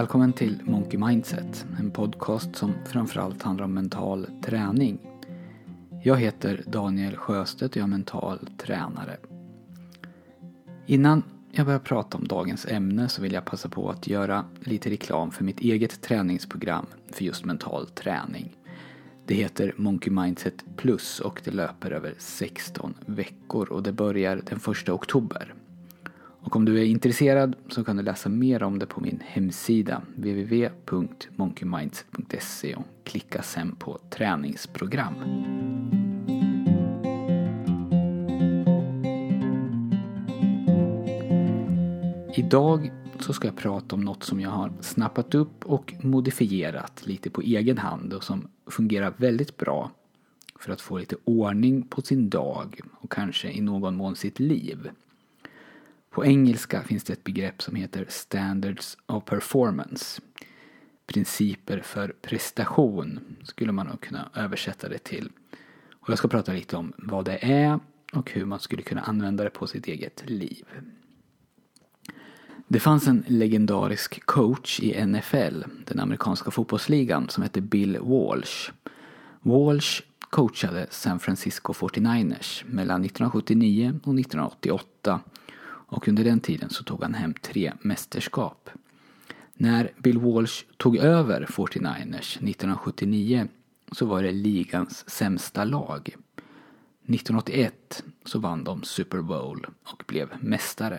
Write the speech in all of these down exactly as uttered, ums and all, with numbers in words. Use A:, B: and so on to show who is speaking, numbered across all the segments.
A: Välkommen till Monkey Mindset, en podcast som framförallt handlar om mental träning. Jag heter Daniel Sjöstedt och jag är mental tränare. Innan jag börjar prata om dagens ämne så vill jag passa på att göra lite reklam för mitt eget träningsprogram för just mental träning. Det heter Monkey Mindset Plus och det löper över sexton veckor och det börjar den första oktober. Och om du är intresserad så kan du läsa mer om det på min hemsida w w w punkt monkey mindset punkt se och klicka sen på träningsprogram. Idag så ska jag prata om något som jag har snappat upp och modifierat lite på egen hand och som fungerar väldigt bra för att få lite ordning på sin dag och kanske i någon mån sitt liv. På engelska finns det ett begrepp som heter Standards of Performance. Principer för prestation skulle man nog kunna översätta det till. Och jag ska prata lite om vad det är och hur man skulle kunna använda det på sitt eget liv. Det fanns en legendarisk coach i N F L, den amerikanska fotbollsligan, som hette Bill Walsh. Walsh coachade San Francisco fyrtionioers mellan nittonhundrasjuttionio och nittonhundraåttioåtta. Och under den tiden så tog han hem tre mästerskap. När Bill Walsh tog över fyrtionioers nittonhundrasjuttionio så var det ligans sämsta lag. nittonhundraåttioett så vann de Super Bowl och blev mästare.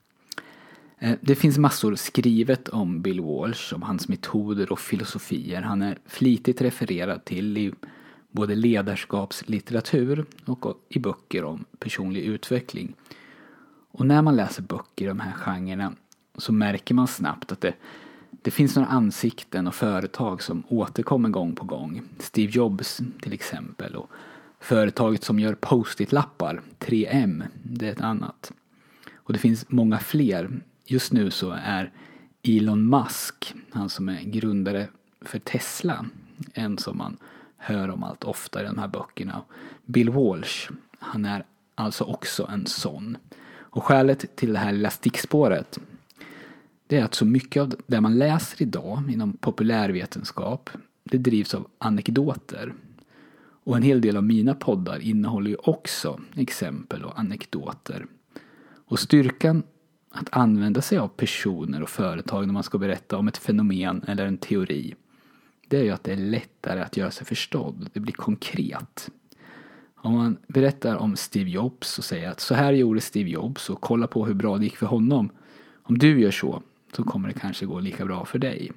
A: Det finns massor skrivet om Bill Walsh, om hans metoder och filosofier. Han är flitigt refererad till i både ledarskapslitteratur och i böcker om personlig utveckling. Och när man läser böcker i de här genrerna så märker man snabbt att det, det finns några ansikten och företag som återkommer gång på gång. Steve Jobs till exempel, och företaget som gör post-it-lappar, tre M, det är ett annat. Och det finns många fler. Just nu så är Elon Musk, han som är grundare för Tesla, en som man hör om allt oftare i de här böckerna. Bill Walsh, han är alltså också en sån. Och skälet till det här lilla stickspåret, det är att så mycket av det man läser idag inom populärvetenskap, det drivs av anekdoter. Och en hel del av mina poddar innehåller ju också exempel och anekdoter. Och styrkan att använda sig av personer och företag när man ska berätta om ett fenomen eller en teori, det är ju att det är lättare att göra sig förstådd. Det blir konkret. Om man berättar om Steve Jobs och säger att så här gjorde Steve Jobs och kolla på hur bra det gick för honom. Om du gör så, så kommer det kanske gå lika bra för dig.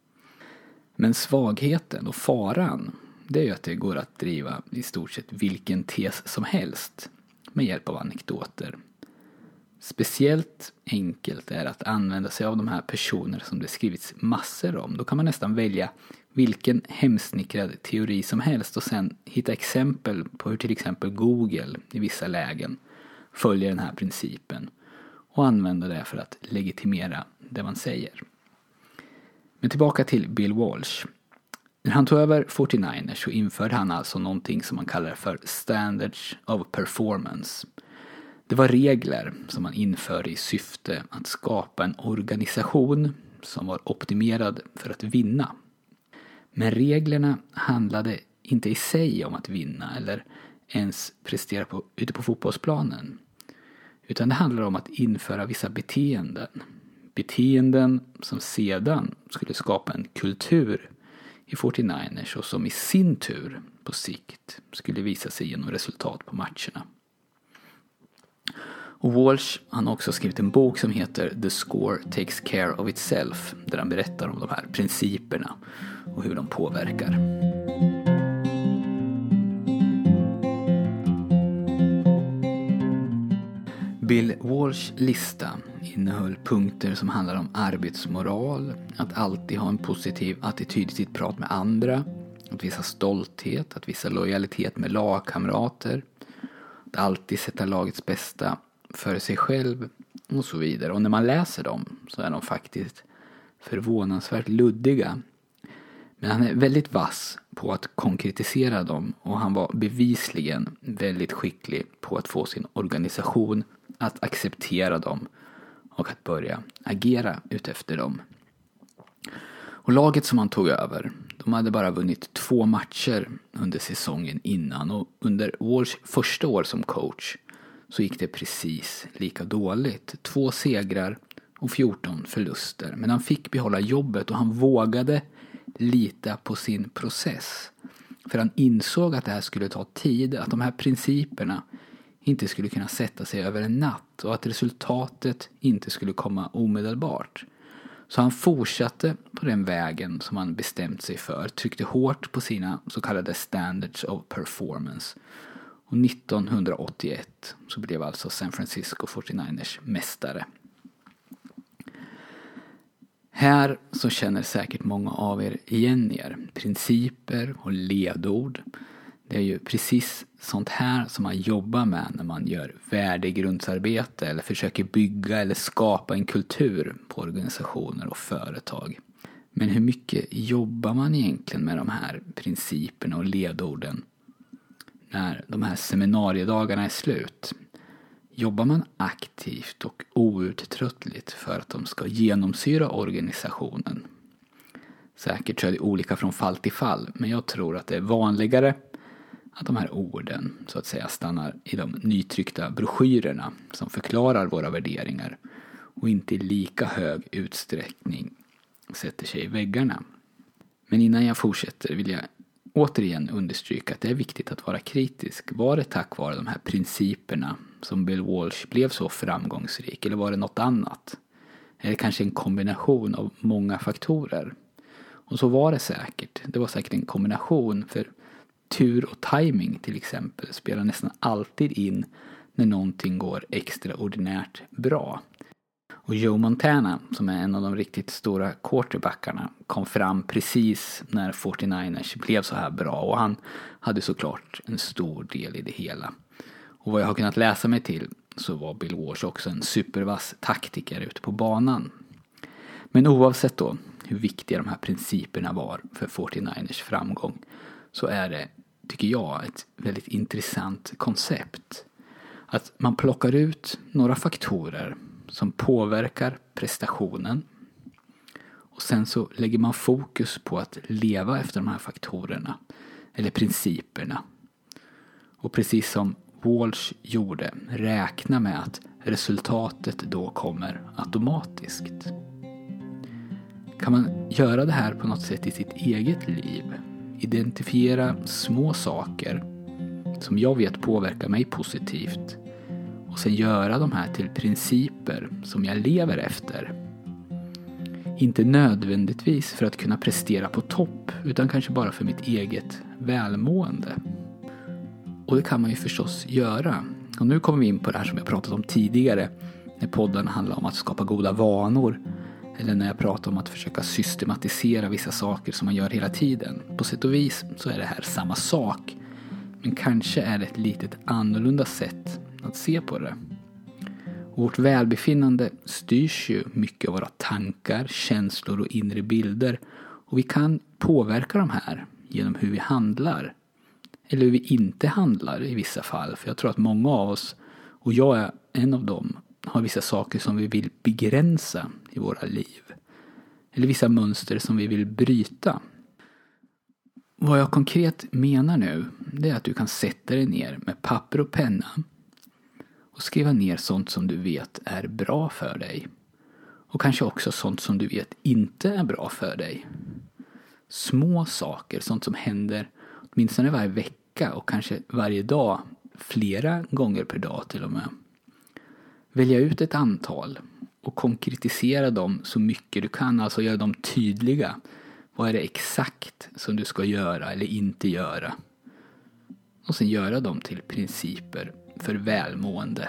A: Men svagheten och faran, det är ju att det går att driva i stort sett vilken tes som helst med hjälp av anekdoter. Speciellt enkelt är att använda sig av de här personerna som det skrivits massor om. Då kan man nästan välja vilken hemsnickrad teori som helst och sen hitta exempel på hur till exempel Google i vissa lägen följer den här principen och använda det för att legitimera det man säger. Men tillbaka till Bill Walsh. När han tog över fyrtionioers så införde han alltså någonting som man kallar för Standards of Performance. Det var regler som man införde i syfte att skapa en organisation som var optimerad för att vinna. Men reglerna handlade inte i sig om att vinna eller ens prestera på, ute på fotbollsplanen. Utan det handlade om att införa vissa beteenden. Beteenden som sedan skulle skapa en kultur i fyrtionioers och som i sin tur på sikt skulle visa sig genom resultat på matcherna. Och Walsh, han har också skrivit en bok som heter The Score Takes Care of Itself, där han berättar om de här principerna och hur de påverkar. Bill Walsh lista innehöll punkter som handlar om arbetsmoral, att alltid ha en positiv attityd i sitt prat med andra, att visa stolthet, att visa lojalitet med lagkamrater, att alltid sätta lagets bästa för sig själv och så vidare. Och när man läser dem så är de faktiskt förvånansvärt luddiga. Men han är väldigt vass på att konkretisera dem och han var bevisligen väldigt skicklig på att få sin organisation att acceptera dem och att börja agera utefter dem. Och laget som han tog över, de hade bara vunnit två matcher under säsongen innan. Och under Walsh första år som coach så gick det precis lika dåligt. Två segrar och fjorton förluster. Men han fick behålla jobbet och han vågade lita på sin process. För han insåg att det här skulle ta tid, att de här principerna inte skulle kunna sätta sig över en natt och att resultatet inte skulle komma omedelbart. Så han fortsatte på den vägen som han bestämt sig för, tryckte hårt på sina så kallade standards of performance. Och nittonhundraåttioett så blev alltså San Francisco fyrtionioers mästare. Här så känner säkert många av er igen er. Principer och ledord. Det är ju precis sånt här som man jobbar med när man gör värdegrundsarbete eller försöker bygga eller skapa en kultur på organisationer och företag. Men hur mycket jobbar man egentligen med de här principerna och ledorden när de här seminariedagarna är slut? Jobbar man aktivt och outtröttligt för att de ska genomsyra organisationen? Säkert så är det olika från fall till fall, men jag tror att det är vanligare att de här orden så att säga stannar i de nytryckta broschyrerna som förklarar våra värderingar och inte i lika hög utsträckning sätter sig i väggarna. Men innan jag fortsätter vill jag återigen understryka att det är viktigt att vara kritisk. Var det tack vare de här principerna som Bill Walsh blev så framgångsrik, eller var det något annat? Eller kanske en kombination av många faktorer? Och så var det säkert. Det var säkert en kombination, för tur och timing till exempel spelar nästan alltid in när någonting går extraordinärt bra. Och Joe Montana, som är en av de riktigt stora quarterbackarna, kom fram precis när fyrtionioers blev så här bra, och han hade såklart en stor del i det hela. Och vad jag har kunnat läsa mig till så var Bill Walsh också en supervass taktiker ute på banan. Men oavsett då hur viktiga de här principerna var för fyrtionioers framgång, så är det, tycker jag, ett väldigt intressant koncept. Att man plockar ut några faktorer som påverkar prestationen, och sen så lägger man fokus på att leva efter de här faktorerna eller principerna. Och precis som Walsh gjorde, räkna med att resultatet då kommer automatiskt. Kan man göra det här på något sätt i sitt eget liv? Identifiera små saker som jag vet påverkar mig positivt och sen göra de här till principer som jag lever efter. Inte nödvändigtvis för att kunna prestera på topp, utan kanske bara för mitt eget välmående. Och det kan man ju förstås göra. Och nu kommer vi in på det här som jag pratat om tidigare, när podden handlar om att skapa goda vanor, eller när jag pratar om att försöka systematisera vissa saker som man gör hela tiden. På sätt och vis så är det här samma sak, men kanske är det ett litet annorlunda sätt att se på det. Och vårt välbefinnande styrs ju mycket av våra tankar, känslor och inre bilder, och vi kan påverka de här genom hur vi handlar. Eller hur vi inte handlar i vissa fall. För jag tror att många av oss, och jag är en av dem, har vissa saker som vi vill begränsa i våra liv. Eller vissa mönster som vi vill bryta. Vad jag konkret menar nu, det är att du kan sätta dig ner med papper och penna och skriva ner sånt som du vet är bra för dig. Och kanske också sånt som du vet inte är bra för dig. Små saker, sånt som händer åtminstone varje vecka och kanske varje dag, flera gånger per dag till och med. Välja ut ett antal och konkretisera dem så mycket du kan, alltså göra dem tydliga. Vad är det exakt som du ska göra eller inte göra? Och sen göra dem till principer för välmående.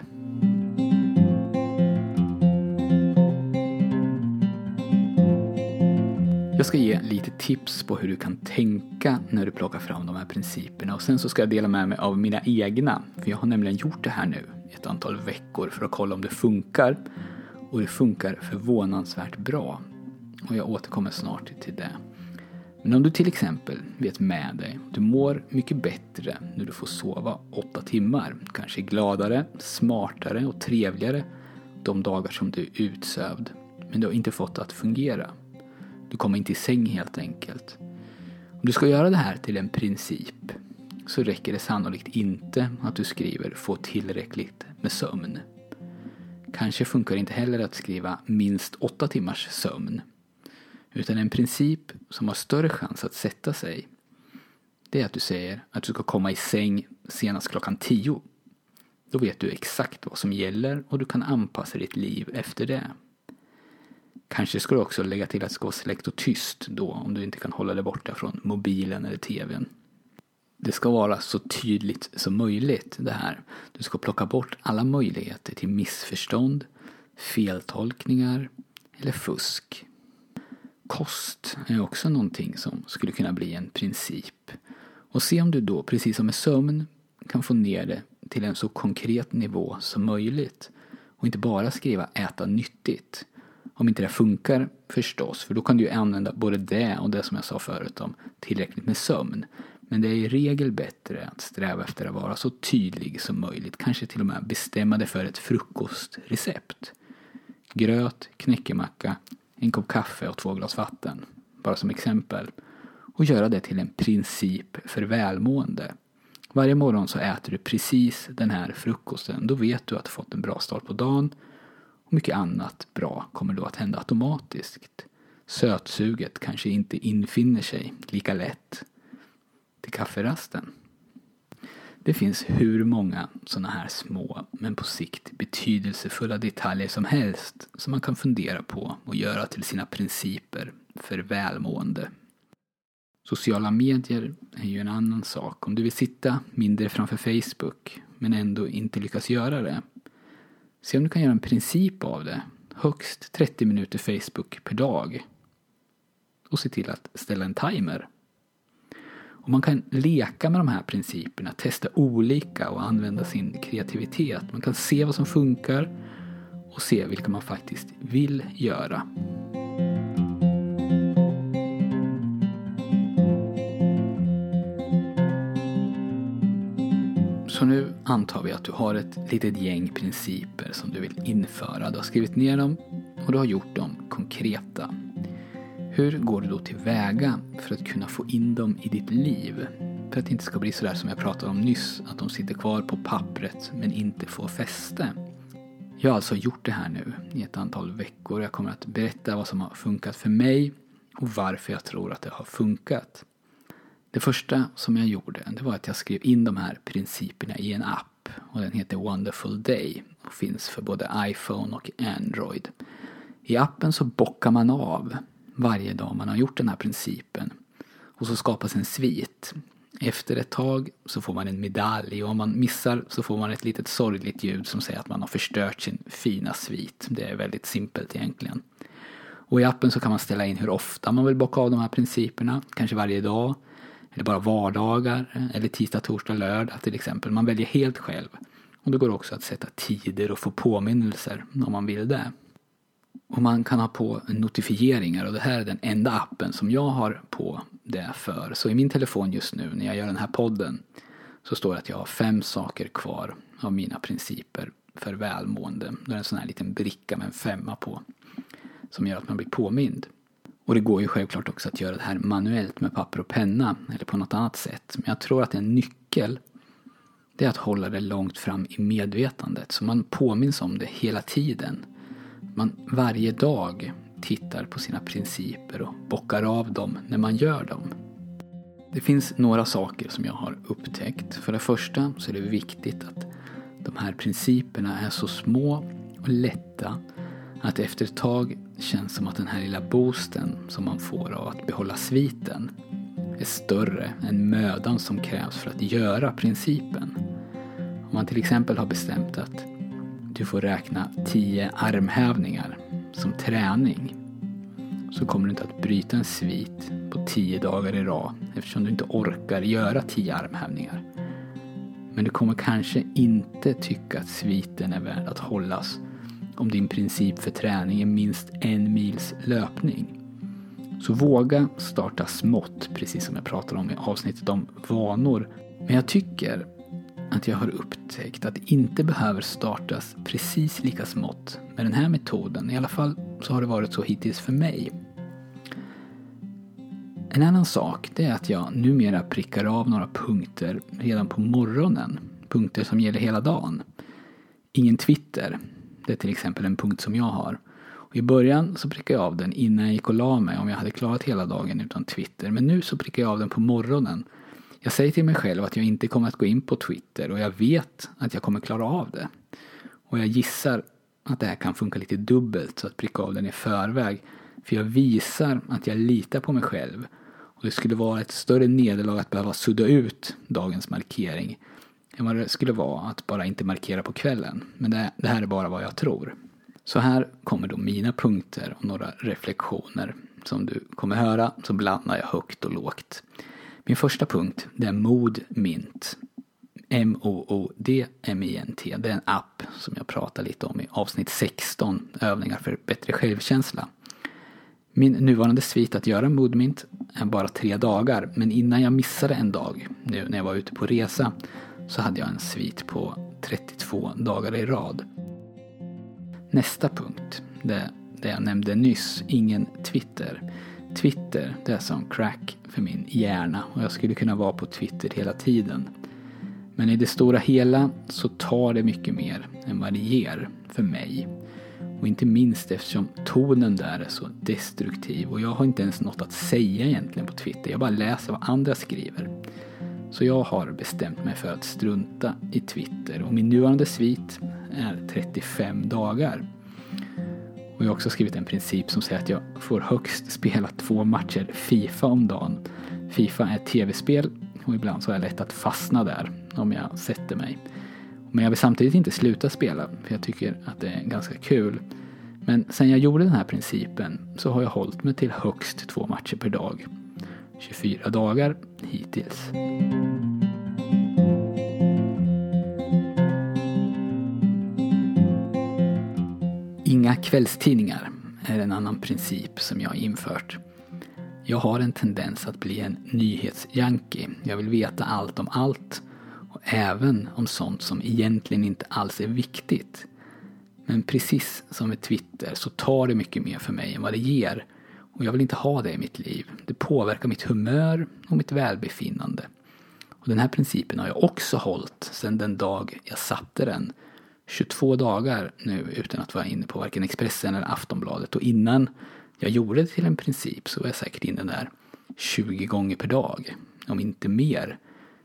A: Jag ska ge lite tips på hur du kan tänka när du plockar fram de här principerna. Och sen så ska jag dela med mig av mina egna. För jag har nämligen gjort det här nu ett antal veckor för att kolla om det funkar. Och det funkar förvånansvärt bra. Och jag återkommer snart till det. Men om du till exempel vet med dig, du mår mycket bättre när du får sova åtta timmar. Kanske gladare, smartare och trevligare de dagar som du är utsövd. Men du har inte fått det att fungera. Du kommer inte i säng helt enkelt. Om du ska göra det här till en princip så räcker det sannolikt inte att du skriver få tillräckligt med sömn. Kanske funkar inte heller att skriva minst åtta timmars sömn. Utan en princip som har större chans att sätta sig, det är att du säger att du ska komma i säng senast klockan tio. Då vet du exakt vad som gäller och du kan anpassa ditt liv efter det. Kanske ska du också lägga till att det ska vara släckt och tyst då om du inte kan hålla dig borta från mobilen eller tvn. Det ska vara så tydligt som möjligt det här. Du ska plocka bort alla möjligheter till missförstånd, feltolkningar eller fusk. Kost är också någonting som skulle kunna bli en princip. Och se om du då, precis som med sömn, kan få ner det till en så konkret nivå som möjligt. Och inte bara skriva äta nyttigt. Om inte det funkar förstås, för då kan du ju använda både det och det som jag sa förut om tillräckligt med sömn. Men det är i regel bättre att sträva efter att vara så tydlig som möjligt. Kanske till och med bestämma dig för ett frukostrecept. Gröt, knäckemacka, en kopp kaffe och två glas vatten. Bara som exempel. Och göra det till en princip för välmående. Varje morgon så äter du precis den här frukosten. Då vet du att du fått en bra start på dagen. Och mycket annat bra kommer då att hända automatiskt. Sötsuget kanske inte infinner sig lika lätt till kafferasten. Det finns hur många sådana här små men på sikt betydelsefulla detaljer som helst som man kan fundera på och göra till sina principer för välmående. Sociala medier är ju en annan sak. Om du vill sitta mindre framför Facebook men ändå inte lyckas göra det, se om du kan göra en princip av det. Högst trettio minuter Facebook per dag. Och se till att ställa en timer. Och man kan leka med de här principerna, testa olika och använda sin kreativitet. Man kan se vad som funkar och se vilka man faktiskt vill göra. Så nu antar vi att du har ett litet gäng principer som du vill införa. Du har skrivit ner dem och du har gjort dem konkreta. Hur går du då tillväga för att kunna få in dem i ditt liv? För att det inte ska bli sådär som jag pratade om nyss, att de sitter kvar på pappret men inte får fäste. Jag har alltså gjort det här nu i ett antal veckor. Jag kommer att berätta vad som har funkat för mig och varför jag tror att det har funkat. Det första som jag gjorde, det var att jag skrev in de här principerna i en app. Och den heter Wonderful Day och finns för både iPhone och Android. I appen så bockar man av varje dag man har gjort den här principen. Och så skapas en svit. Efter ett tag så får man en medalj och om man missar så får man ett litet sorgligt ljud som säger att man har förstört sin fina svit. Det är väldigt simpelt egentligen. Och i appen så kan man ställa in hur ofta man vill bocka av de här principerna. Kanske varje dag. Eller bara vardagar. Eller tisdag, torsdag, lördag till exempel. Man väljer helt själv. Och det går också att sätta tider och få påminnelser om man vill det. Och man kan ha på notifieringar och det här är den enda appen som jag har på det för. Så i min telefon just nu när jag gör den här podden så står det att jag har fem saker kvar av mina principer för välmående. Det är en sån här liten bricka med en femma på som gör att man blir påmind. Och det går ju självklart också att göra det här manuellt med papper och penna eller på något annat sätt. Men jag tror att en nyckel det är att hålla det långt fram i medvetandet så man påminns om det hela tiden. Man varje dag tittar på sina principer och bockar av dem när man gör dem. Det finns några saker som jag har upptäckt. För det första så är det viktigt att de här principerna är så små och lätta att efter ett tag känns som att den här lilla boosten som man får av att behålla sviten är större än mödan som krävs för att göra principen. Om man till exempel har bestämt att du får räkna tio armhävningar som träning så kommer du inte att bryta en svit på tio dagar i rad eftersom du inte orkar göra tio armhävningar. Men du kommer kanske inte tycka att sviten är värd att hållas om din princip för träning är minst en mils löpning. Så våga starta smått, precis som jag pratade om i avsnittet om vanor. Men jag tycker att jag har upptäckt att det inte behöver startas precis lika smått med den här metoden. I alla fall så har det varit så hittills för mig. En annan sak det är att jag numera prickar av några punkter redan på morgonen. Punkter som gäller hela dagen. Ingen Twitter. Det är till exempel en punkt som jag har. Och i början så prickade jag av den innan jag gick och la mig om jag hade klarat hela dagen utan Twitter. Men nu så prickar jag av den på morgonen. Jag säger till mig själv att jag inte kommer att gå in på Twitter och jag vet att jag kommer klara av det. Och jag gissar att det här kan funka lite dubbelt så att pricka av den i förväg. För jag visar att jag litar på mig själv. Och det skulle vara ett större nederlag att behöva sudda ut dagens markering än vad det skulle vara att bara inte markera på kvällen. Men det, det här är bara vad jag tror. Så här kommer då mina punkter och några reflektioner. Som du kommer höra så blandar jag högt och lågt. Min första punkt det är Moodmint. M O O D M I N T. Det är en app som jag pratar lite om i avsnitt sexton. Övningar för bättre självkänsla. Min nuvarande svit att göra Moodmint är bara tre dagar. Men innan jag missade en dag, nu när jag var ute på resa, så hade jag en svit på trettiotvå dagar i rad. Nästa punkt, det, det jag nämnde nyss, ingen Twitter. Twitter, det är som crack för min hjärna och jag skulle kunna vara på Twitter hela tiden. Men i det stora hela så tar det mycket mer än vad det ger för mig. Och inte minst eftersom tonen där är så destruktiv och jag har inte ens något att säga egentligen på Twitter. Jag bara läser vad andra skriver. Så jag har bestämt mig för att strunta i Twitter och min nuvarande svit är trettiofem dagar. Och jag har också skrivit en princip som säger att jag får högst spela två matcher FIFA om dagen. FIFA är ett tv-spel och ibland så är det lätt att fastna där om jag sätter mig. Men jag vill samtidigt inte sluta spela för jag tycker att det är ganska kul. Men sen jag gjorde den här principen så har jag hållit mig till högst två matcher per dag. tjugofyra dagar hittills. Inga kvällstidningar är en annan princip som jag har infört. Jag har en tendens att bli en nyhetsjunkie. Jag vill veta allt om allt och även om sånt som egentligen inte alls är viktigt. Men precis som med Twitter så tar det mycket mer för mig än vad det ger. Och jag vill inte ha det i mitt liv. Det påverkar mitt humör och mitt välbefinnande. Och den här principen har jag också hållit sedan den dag jag satte den. tjugotvå dagar nu utan att vara inne på varken Expressen eller Aftonbladet. Och innan jag gjorde det till en princip så var jag säkert inne där tjugo gånger per dag. Om inte mer.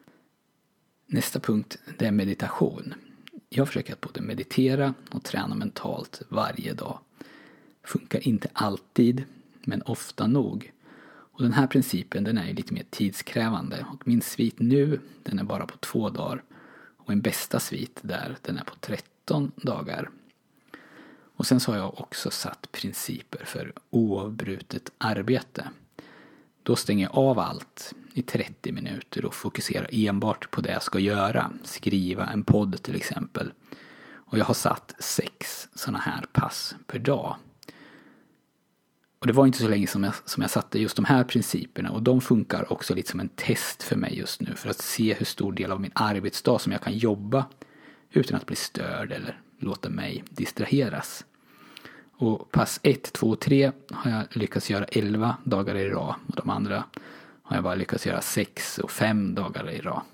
A: Nästa punkt det är meditation. Jag försöker att både meditera och träna mentalt varje dag. Funkar inte alltid men ofta nog. Och den här principen den är ju lite mer tidskrävande. Och min svit nu den är bara på två dagar. Och min bästa svit där den är på tretton dagar. Och sen så har jag också satt principer för oavbrutet arbete. Då stänger jag av allt i trettio minuter och fokuserar enbart på det jag ska göra. Skriva en podd till exempel. Och jag har satt sex sådana här pass per dag. Och det var inte så länge som jag, som jag satte just de här principerna. Och de funkar också lite som en test för mig just nu. För att se hur stor del av min arbetsdag som jag kan jobba utan att bli störd eller låta mig distraheras. Och pass ett, två och tre har jag lyckats göra elva dagar i rad. Och de andra har jag bara lyckats göra sex och fem dagar i rad.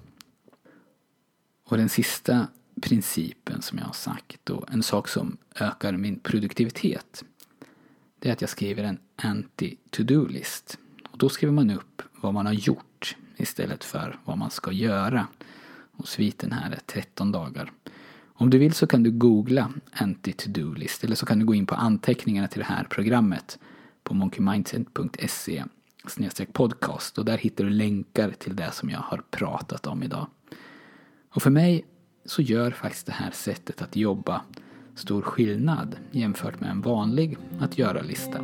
A: Och den sista principen som jag har sagt och en sak som ökar min produktivitet det är att jag skriver en anti-to-do-list. Och då skriver man upp vad man har gjort istället för vad man ska göra. Och sviten här är tretton dagar. Om du vill så kan du googla anti-to-do-list eller så kan du gå in på anteckningarna till det här programmet på monkeymindset punkt se slash podcast och där hittar du länkar till det som jag har pratat om idag. Och för mig så gör faktiskt det här sättet att jobba stor skillnad jämfört med en vanlig att göra-lista.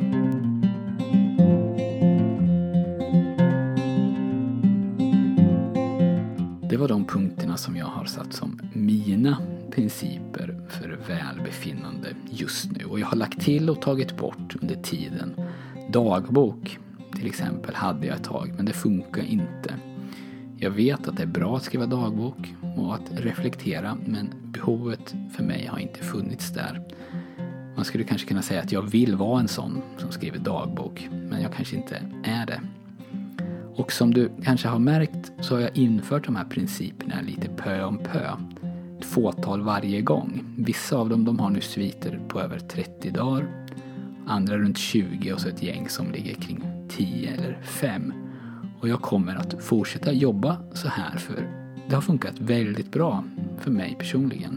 A: Det var de punkterna som jag har satt som mina principer för välbefinnande just nu. Och jag har lagt till och tagit bort under tiden. Dagbok till exempel hade jag ett tag, men det funkar inte. Jag vet att det är bra att skriva dagbok och att reflektera, men behovet för mig har inte funnits där. Man skulle kanske kunna säga att jag vill vara en sån som skriver dagbok, men jag kanske inte är det. Och som du kanske har märkt så har jag infört de här principerna lite pö om pö. Ett fåtal varje gång. Vissa av dem de har nu sviter på över trettio dagar. Andra runt tjugo och så ett gäng som ligger kring tio eller fem. Och jag kommer att fortsätta jobba så här för det har funkat väldigt bra för mig personligen.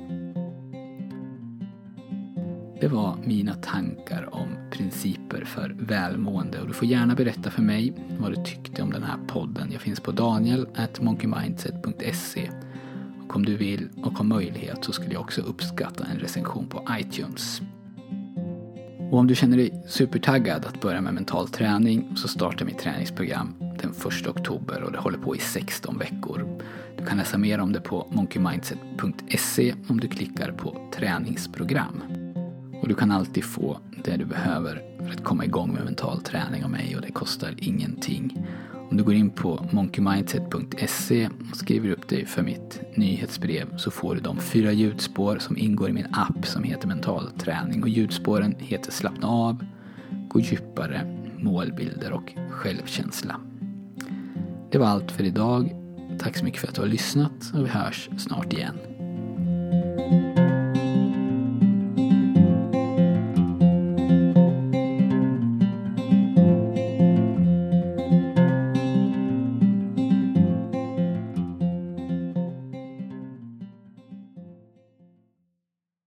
A: Det var mina tankar om principer för välmående och du får gärna berätta för mig vad du tyckte om den här podden. Jag finns på daniel at monkeymindset punkt se och om du vill och har möjlighet så skulle jag också uppskatta en recension på iTunes. Och om du känner dig supertaggad att börja med mental träning så startar mitt träningsprogram den första oktober och det håller på i sexton veckor. Du kan läsa mer om det på monkeymindset punkt se om du klickar på träningsprogram. Och du kan alltid få det du behöver för att komma igång med mental träning av mig och det kostar ingenting. Om du går in på monkeymindset punkt se och skriver upp dig för mitt nyhetsbrev så får du de fyra ljudspår som ingår i min app som heter mental träning. Och ljudspåren heter slappna av, gå djupare, målbilder och självkänsla. Det var allt för idag. Tack så mycket för att du har lyssnat och vi hörs snart igen.